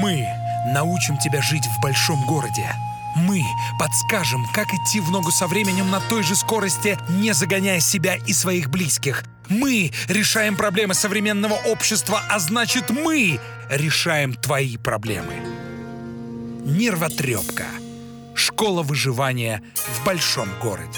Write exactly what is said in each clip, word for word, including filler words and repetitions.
Мы научим тебя жить в большом городе. Мы подскажем, как идти в ногу со временем на той же скорости, не загоняя себя и своих близких. Мы решаем проблемы современного общества, а значит, мы решаем твои проблемы. Нервотрепка. Школа выживания в большом городе.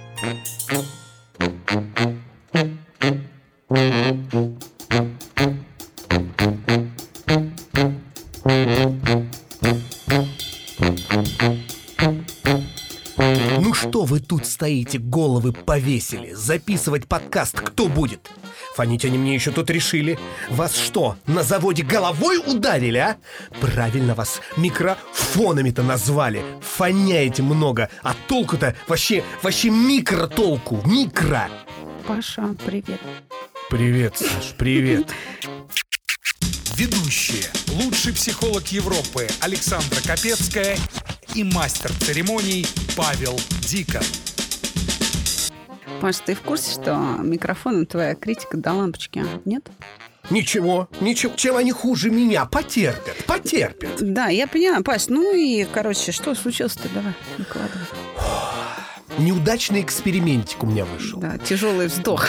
Ну что вы тут стоите, головы повесили? Записывать подкаст кто будет? Фонить они мне еще тут решили. Вас что, на заводе головой ударили, а? Правильно вас микрофонами-то назвали. Фоняете много, а толку-то вообще, вообще микро толку, микро. Паша, привет. Привет, Саш, привет. Ведущие. Лучший психолог Европы Александра Капецкая и мастер церемоний Павел Дикон. Паш, ты в курсе, что микрофоном твоя критика до лампочки, нет? Ничего, ничего. Чем они хуже меня? Потерпят, потерпят. Да, я поняла, Паш. Ну и, короче, что случилось-то? Давай, выкладывай. Неудачный экспериментик у меня вышел. Да, тяжелый вздох.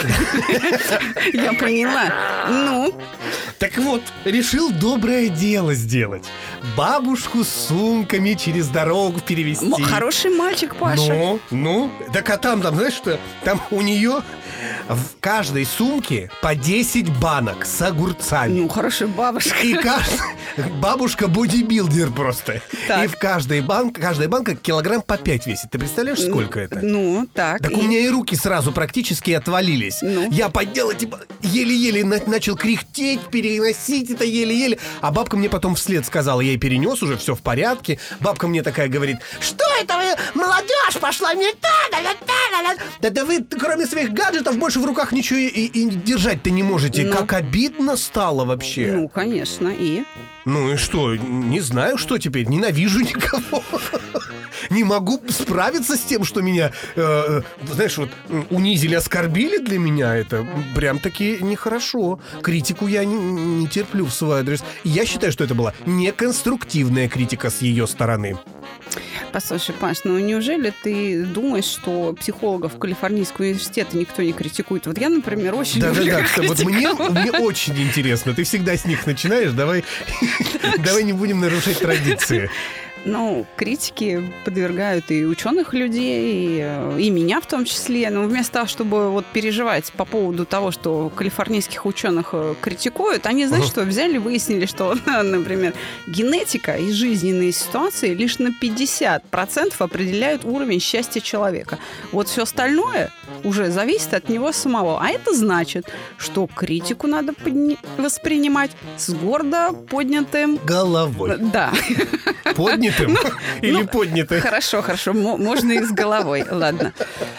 Я поняла. Ну? Так вот, решил доброе дело сделать. Бабушку с сумками через дорогу перевезти. Хороший мальчик, Паша. Ну, ну, так а там, там, знаешь что? Там у нее в каждой сумке по десять банок с огурцами. Ну, хорошая бабушка. И каждая бабушка бодибилдер просто. Так. И в каждой банке, каждая банка килограмм по пять весит. Ты представляешь, сколько это? Ну, так. Так и... у меня и руки сразу практически отвалились. Ну? Я поднял, типа, еле-еле на- начал кряхтеть, переносить это еле-еле. А бабка мне потом вслед сказала, я и перенес уже, все в порядке. Бабка мне такая говорит: что это вы, молодежь, пошла не та, да, да, да, да. Да, да вы, кроме своих гаджетов, больше в руках ничего и, и, и держать-то не можете. Ну? Как обидно стало вообще. Ну, конечно, и? Ну и что, не знаю, что теперь, ненавижу никого. Не могу справиться с тем, что меня, э, знаешь, вот унизили, оскорбили для меня. Это прям-таки нехорошо. Критику я не, не терплю в свой адрес. Я считаю, что это была неконструктивная критика с ее стороны. Послушай, Паш, ну неужели ты думаешь, что психологов Калифорнийского университета никто не критикует? Вот я, например, очень да, люблю да, да, вот мне, критиковать. мне очень интересно. Ты всегда с них начинаешь. Давай, давай не будем нарушать традиции. Ну, критики подвергают и ученых людей, и, и меня в том числе. Но вместо того, чтобы вот переживать по поводу того, что калифорнийских ученых критикуют, они, знаешь, что взяли, выяснили, что, например, генетика и жизненные ситуации лишь на пятьдесят процентов определяют уровень счастья человека. Вот все остальное уже зависит от него самого. А это значит, что критику надо подни- воспринимать с гордо поднятым... Головой. Да. Поднятым или ну, поднятым? Хорошо, хорошо, м- можно и с головой, ладно.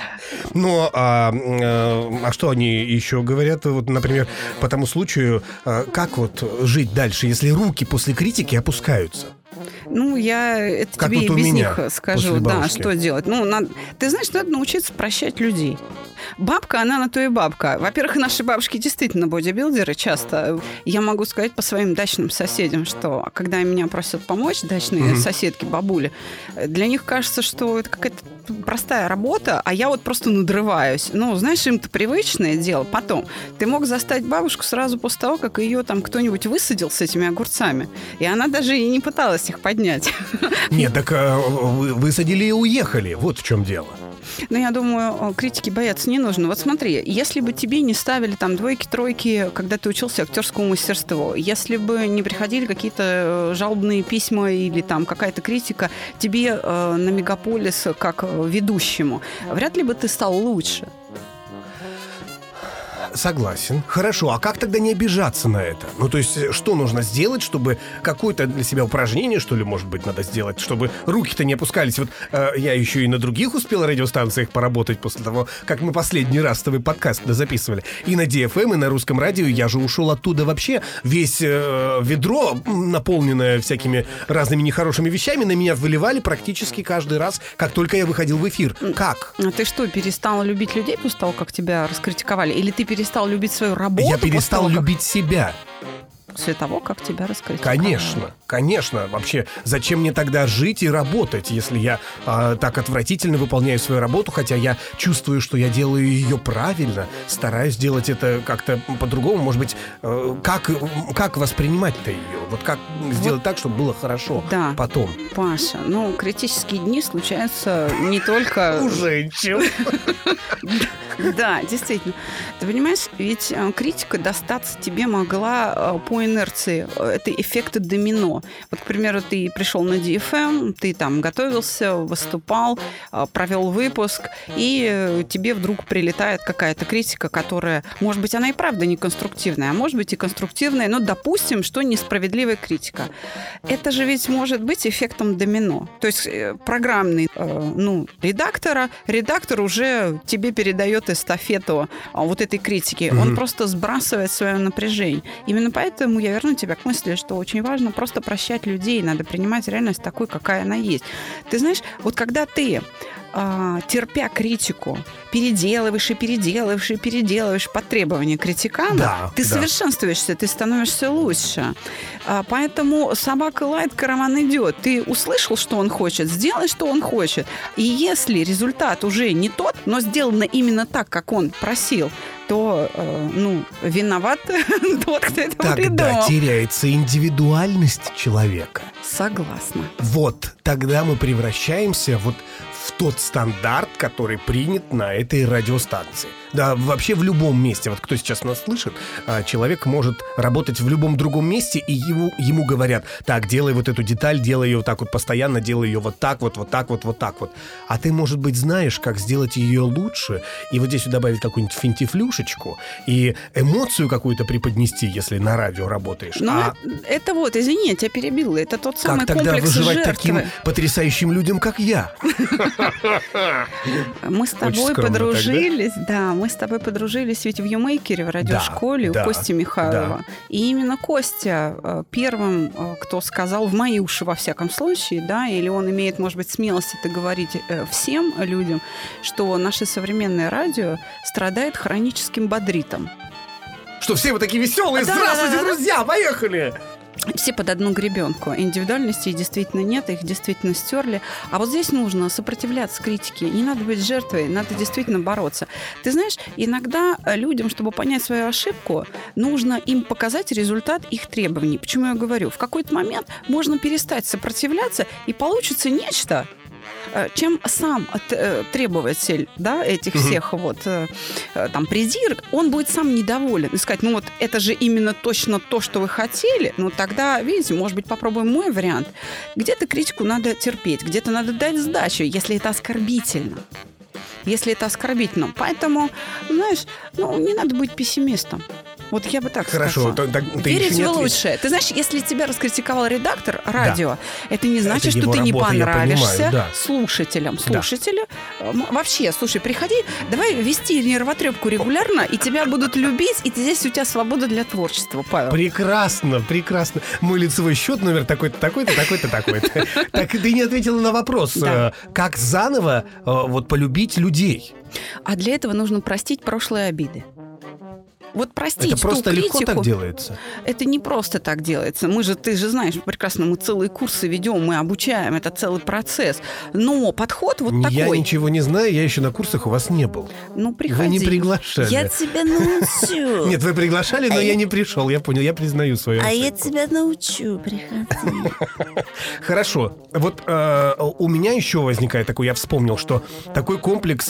Ну, а, а что они еще говорят, вот, например, по тому случаю, как вот жить дальше, если руки после критики опускаются? Ну, я это как тебе вот и без меня них скажу, да, бабушки. что делать. Ну, надо, ты знаешь, надо научиться прощать людей. Бабка, она на то и бабка. Во-первых, наши бабушки действительно бодибилдеры часто. Я могу сказать по своим дачным соседям, что когда меня просят помочь, дачные mm-hmm. соседки, бабули, для них кажется, что это какая-то простая работа, а я вот просто надрываюсь. Ну, знаешь, им-то привычное дело. Потом, ты мог застать бабушку сразу после того, как ее там кто-нибудь высадил с этими огурцами. И она даже и не пыталась их поднять. Нет, так вы высадили и уехали. Вот в чем дело. Ну, я думаю, критики бояться не нужно. Вот смотри, если бы тебе не ставили там двойки, тройки, когда ты учился актерскому мастерству, если бы не приходили какие-то жалобные письма или там какая-то критика тебе э, на Мегаполис как ведущему, вряд ли бы ты стал лучше. Согласен. Хорошо, а как тогда не обижаться на это? Ну, то есть, что нужно сделать, чтобы какое-то для себя упражнение, что ли, может быть, надо сделать, чтобы руки-то не опускались? Вот э, я еще и на других успел радиостанциях поработать после того, как мы последний раз с тобой подкаст записывали. И на ди эф эм, и на русском радио. Я же ушел оттуда вообще. Весь э, ведро, наполненное всякими разными нехорошими вещами, на меня выливали практически каждый раз, как только я выходил в эфир. Как? А ты что, перестал любить людей после того, как тебя раскритиковали? Или ты перестал любить свою работу? Я перестал после того, любить себя. после того, как тебя раскритиковали. Конечно, конечно. Вообще, зачем мне тогда жить и работать, если я э, так отвратительно выполняю свою работу, хотя я чувствую, что я делаю ее правильно, стараюсь делать это как-то по-другому, может быть, э, как, как воспринимать-то ее? Вот как сделать вот, так, чтобы было хорошо да, потом? Паша, ну, критические дни случаются не только... У женщин. Да, действительно. Ты понимаешь, ведь критика достаться тебе могла по инерции. Это эффект домино. Вот, к примеру, ты пришел на ди эф эм, ты там готовился, выступал, провел выпуск, и тебе вдруг прилетает какая-то критика, которая, может быть, она и правда не конструктивная, а может быть и конструктивная, но допустим, что несправедливая критика. Это же ведь может быть эффектом домино. То есть программный, ну, редактора, редактор уже тебе передает эстафету вот этой критики. Mm-hmm. Он просто сбрасывает свое напряжение. Именно поэтому я верну тебя к мысли, что очень важно просто прощать людей. Надо принимать реальность такой, какая она есть. Ты знаешь, вот когда ты терпя критику, переделываешь и переделываешь и переделываешь под требования критикана, да, ты да. совершенствуешься, ты становишься лучше. Поэтому собака лает, караван идет. Ты услышал, что он хочет, сделай, что он хочет. И если результат уже не тот, но сделано именно так, как он просил, то, ну, виноват тот, кто это Тогда придумал. Тогда теряется индивидуальность человека. Согласна. Вот, тогда мы превращаемся вот в тот стандарт, который принят на этой радиостанции. Да, вообще в любом месте. Вот кто сейчас нас слышит, человек может работать в любом другом месте, и ему, ему говорят: так, делай вот эту деталь, делай ее вот так вот постоянно, делай ее вот так вот, вот так вот, вот так вот. А ты, может быть, знаешь, как сделать ее лучше, и вот здесь вот добавить какую-нибудь финтифлюшечку и эмоцию какую-то преподнести, если на радио работаешь. Ну, а... это вот, извини, я тебя перебила, это тот самый как тогда комплекс выживать жертвы. таким потрясающим людям, как я? Мы с тобой подружились, да, мы с тобой подружились ведь в Юмейкере, в радиошколе, да, у Кости Михайлова. Да. И именно Костя первым, кто сказал в мои уши, во всяком случае, да, или он имеет, может быть, смелость это говорить всем людям, что наше современное радио страдает хроническим бодритом. Что все вы такие веселые, да, здравствуйте, да, да, друзья, поехали! Все под одну гребенку. Индивидуальности действительно нет, их действительно стерли. А вот здесь нужно сопротивляться критике. Не надо быть жертвой, надо действительно бороться. Ты знаешь, иногда людям, чтобы понять свою ошибку, нужно им показать результат их требований. Почему я говорю? В какой-то момент можно перестать сопротивляться, и получится нечто, чем сам требователь, да, этих uh-huh. всех вот там придирок, он будет сам недоволен. И сказать, ну вот это же именно точно то, что вы хотели. Ну тогда, видите, может быть, попробуем мой вариант. Где-то критику надо терпеть, где-то надо дать сдачу, если это оскорбительно. Если это оскорбительно. Поэтому, знаешь, ну не надо быть пессимистом. Вот я бы так Хорошо, сказала. Так, ты Верить в лучшее. Ты знаешь, если тебя раскритиковал редактор радио, да. это не значит, это что ты не работа, понравишься да. слушателям. Слушатели да. вообще, слушай, приходи, давай вести нервотрепку регулярно, и тебя будут любить, и здесь у тебя свобода для творчества, Павел. Прекрасно, прекрасно. Мой лицевой счет номер такой-то, такой-то, такой-то, такой-то. Так ты не ответила на вопрос, как заново вот полюбить людей. А для этого нужно простить прошлые обиды. Вот простить это просто ту критику, легко так делается? Это не просто так делается. Мы же, ты же знаешь прекрасно, мы целые курсы ведем, мы обучаем, это целый процесс. Но подход вот я такой. Я ничего не знаю, я еще на курсах у вас не был. Ну, приходи. Вы не приглашали. Я тебя научу. Нет, вы приглашали, но я не пришел, я понял, я признаю свою ошибку. А я тебя научу, приходи. Хорошо. Вот у меня еще возникает такой, я вспомнил, что такой комплекс.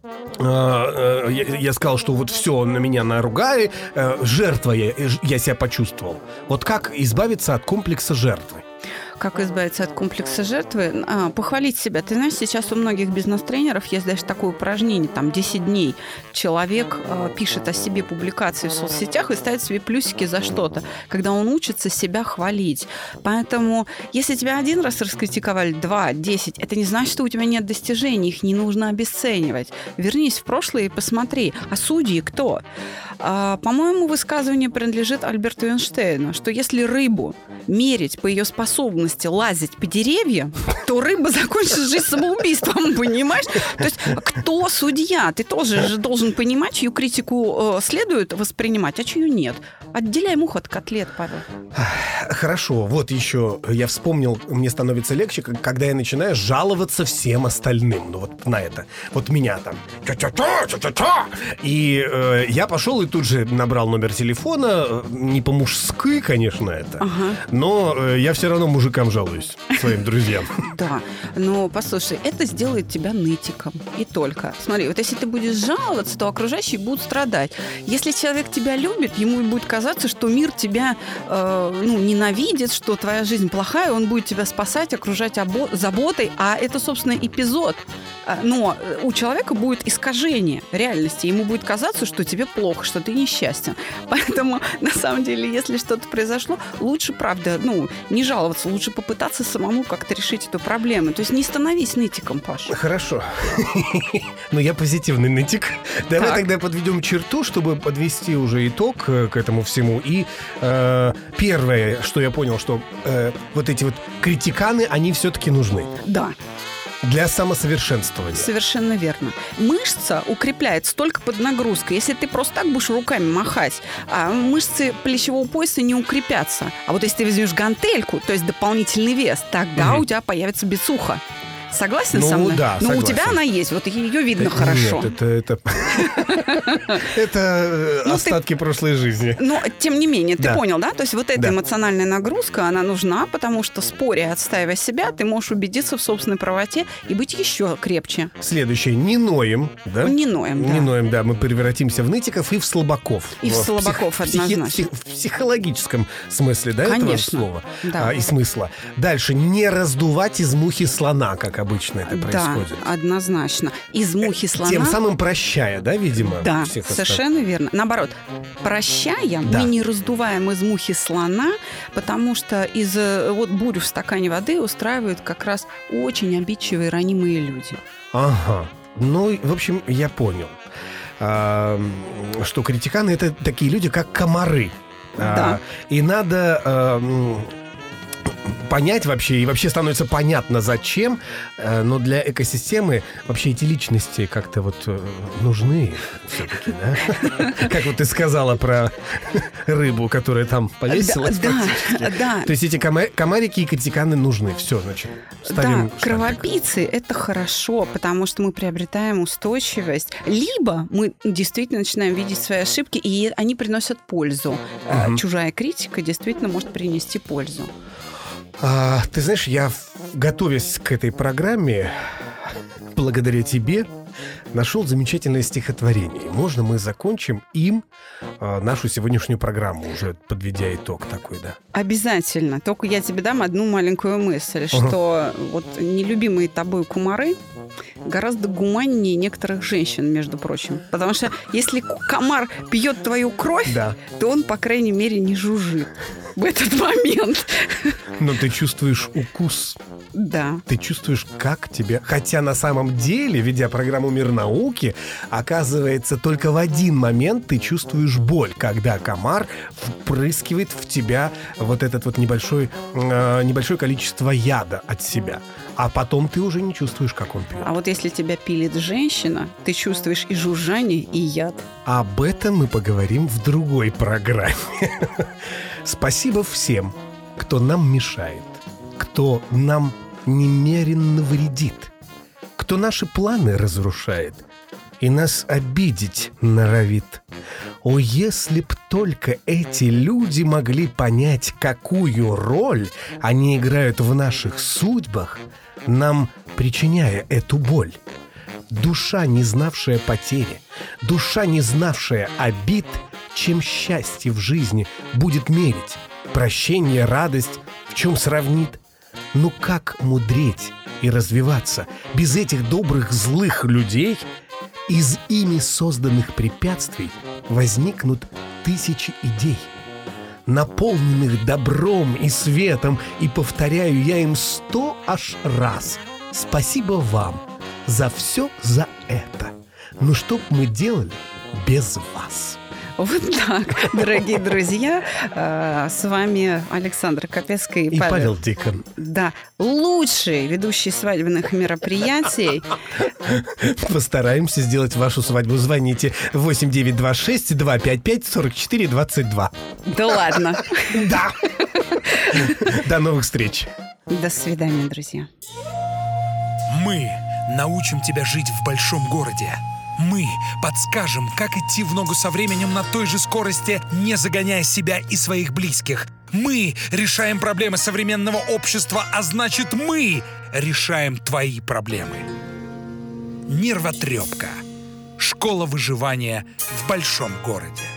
Я, я сказал, что вот все на меня наругали, жертва я, я себя почувствовал. Вот как избавиться от комплекса жертвы? Как избавиться от комплекса жертвы? А, похвалить себя. Ты знаешь, сейчас у многих бизнес-тренеров есть даже такое упражнение, там, десять дней. Человек а, пишет о себе публикации в соцсетях и ставит себе плюсики за что-то, когда он учится себя хвалить. Поэтому, если тебя один раз раскритиковали, два, десять, это не значит, что у тебя нет достижений, их не нужно обесценивать. Вернись в прошлое и посмотри. А судьи кто? А, по-моему, высказывание принадлежит Альберту Эйнштейну, что если рыбу мерить по ее способности лазить по деревьям, то рыба закончит жизнь самоубийством, понимаешь? То есть кто судья? Ты тоже же должен понимать, чью критику э, следует воспринимать, а чью нет. Отделяй мух от котлет, Павел. Хорошо, вот еще я вспомнил, мне становится легче, когда я начинаю жаловаться всем остальным. Ну вот на это. Вот меня там. И э, я пошел и тут же набрал номер телефона. Не по-мужски, конечно, это. Ага. Но э, я все равно мужикам жалуюсь, своим друзьям. Да, но послушай, это сделает тебя нытиком. И только. Смотри, вот если ты будешь жаловаться, то окружающие будут страдать. Если человек тебя любит, ему будет казаться, что мир тебя э, ну, ненавидит, что твоя жизнь плохая, он будет тебя спасать, окружать обо- заботой, а это, собственно, эпизод. Но у человека будет искажение реальности, ему будет казаться, что тебе плохо, что ты несчастен. Поэтому, на самом деле, если что-то произошло, лучше, правда, ну, не жаловаться, лучше попытаться самому как-то решить эту проблему. То есть не становись нытиком, Паша. Хорошо. Но я позитивный нытик. Давай так. Тогда подведем черту, чтобы подвести уже итог к этому всему. И э, первое, что я понял, что э, вот эти вот критиканы, они все-таки нужны. Да. Для самосовершенствования. Совершенно верно. Мышца укрепляется только под нагрузкой. Если ты просто так будешь руками махать, а мышцы плечевого пояса не укрепятся. А вот если ты возьмешь гантельку, то есть дополнительный вес, тогда угу. у тебя появится бицуха. Согласен ну, со мной? Да, Но согласен. у тебя она есть, вот ее видно это, хорошо. Нет, это... Это остатки прошлой жизни. Но, тем не менее, ты понял, да? То есть вот эта эмоциональная нагрузка, она нужна, потому что, споря, отстаивая себя, ты можешь убедиться в собственной правоте и быть еще крепче. Следующее. Не ноем, да? Не ноем, да. Не ноем, да. Мы превратимся в нытиков и в слабаков. И в слабаков, однозначно. В психологическом смысле, да, этого слова? Да. И смысла. Дальше. Не раздувать из мухи слона, как обычно это происходит. Да, однозначно. Из мухи слона... Тем самым прощая, да, видимо? Да, совершенно верно. Наоборот, прощая, да. мы не раздуваем из мухи слона, потому что из вот бурю в стакане воды устраивают как раз очень обидчивые, ранимые люди. Ага. Ну, в общем, я понял, а, что критиканы — это такие люди, как комары. Да. А, и надо... А, понять вообще, и вообще становится понятно, зачем, но для экосистемы вообще эти личности как-то вот нужны все-таки, да? Как вот ты сказала про рыбу, которая там повесилась практически. Да, да. То есть эти комарики и критиканы нужны. Все, значит, ставим Да, кровопийцы — это хорошо, потому что мы приобретаем устойчивость. Либо мы действительно начинаем видеть свои ошибки, и они приносят пользу. Угу. Чужая критика действительно может принести пользу. А, ты знаешь, я, готовясь к этой программе, благодаря тебе, нашел замечательное стихотворение. Можно мы закончим им а, нашу сегодняшнюю программу, уже подведя итог такой, да? Обязательно. Только я тебе дам одну маленькую мысль, uh-huh. что вот нелюбимые тобой комары гораздо гуманнее некоторых женщин, между прочим. Потому что если комар пьет твою кровь, да. то он, по крайней мере, не жужжит в этот момент. Но ты чувствуешь укус. Да. Ты чувствуешь, как тебе... Хотя на самом деле, ведя программу «Мир науки», оказывается, только в один момент ты чувствуешь боль, когда комар впрыскивает в тебя вот этот вот небольшой, э, небольшое количество яда от себя. А потом ты уже не чувствуешь, как он пьет. А вот если тебя пилит женщина, ты чувствуешь и жужжание, и яд. Об этом мы поговорим в другой программе. Спасибо всем, кто нам мешает, кто нам немеренно вредит, кто наши планы разрушает и нас обидеть норовит. О, если б только эти люди могли понять, какую роль они играют в наших судьбах, нам причиняя эту боль. Душа, не знавшая потери, душа, не знавшая обид, чем счастье в жизни будет мерить, прощение, радость в чем сравнит. Ну как мудреть и развиваться без этих добрых злых людей? Из ими созданных препятствий возникнут тысячи идей, наполненных добром и светом, и повторяю я им сто аж раз: спасибо вам за все за это. Ну что б мы делали без вас? Вот так, дорогие друзья. Э, С вами Александра Капецкая и, И Павел Дикон. Да, лучшие ведущие свадебных мероприятий. Постараемся сделать вашу свадьбу. Звоните восемь девять два шесть два пять пять сорок четыре двадцать два. Да ладно. Да. До новых встреч. До свидания, друзья. Мы научим тебя жить в большом городе. Мы подскажем, как идти в ногу со временем на той же скорости, не загоняя себя и своих близких. Мы решаем проблемы современного общества, а значит, мы решаем твои проблемы. Нервотрепка. Школа выживания в большом городе.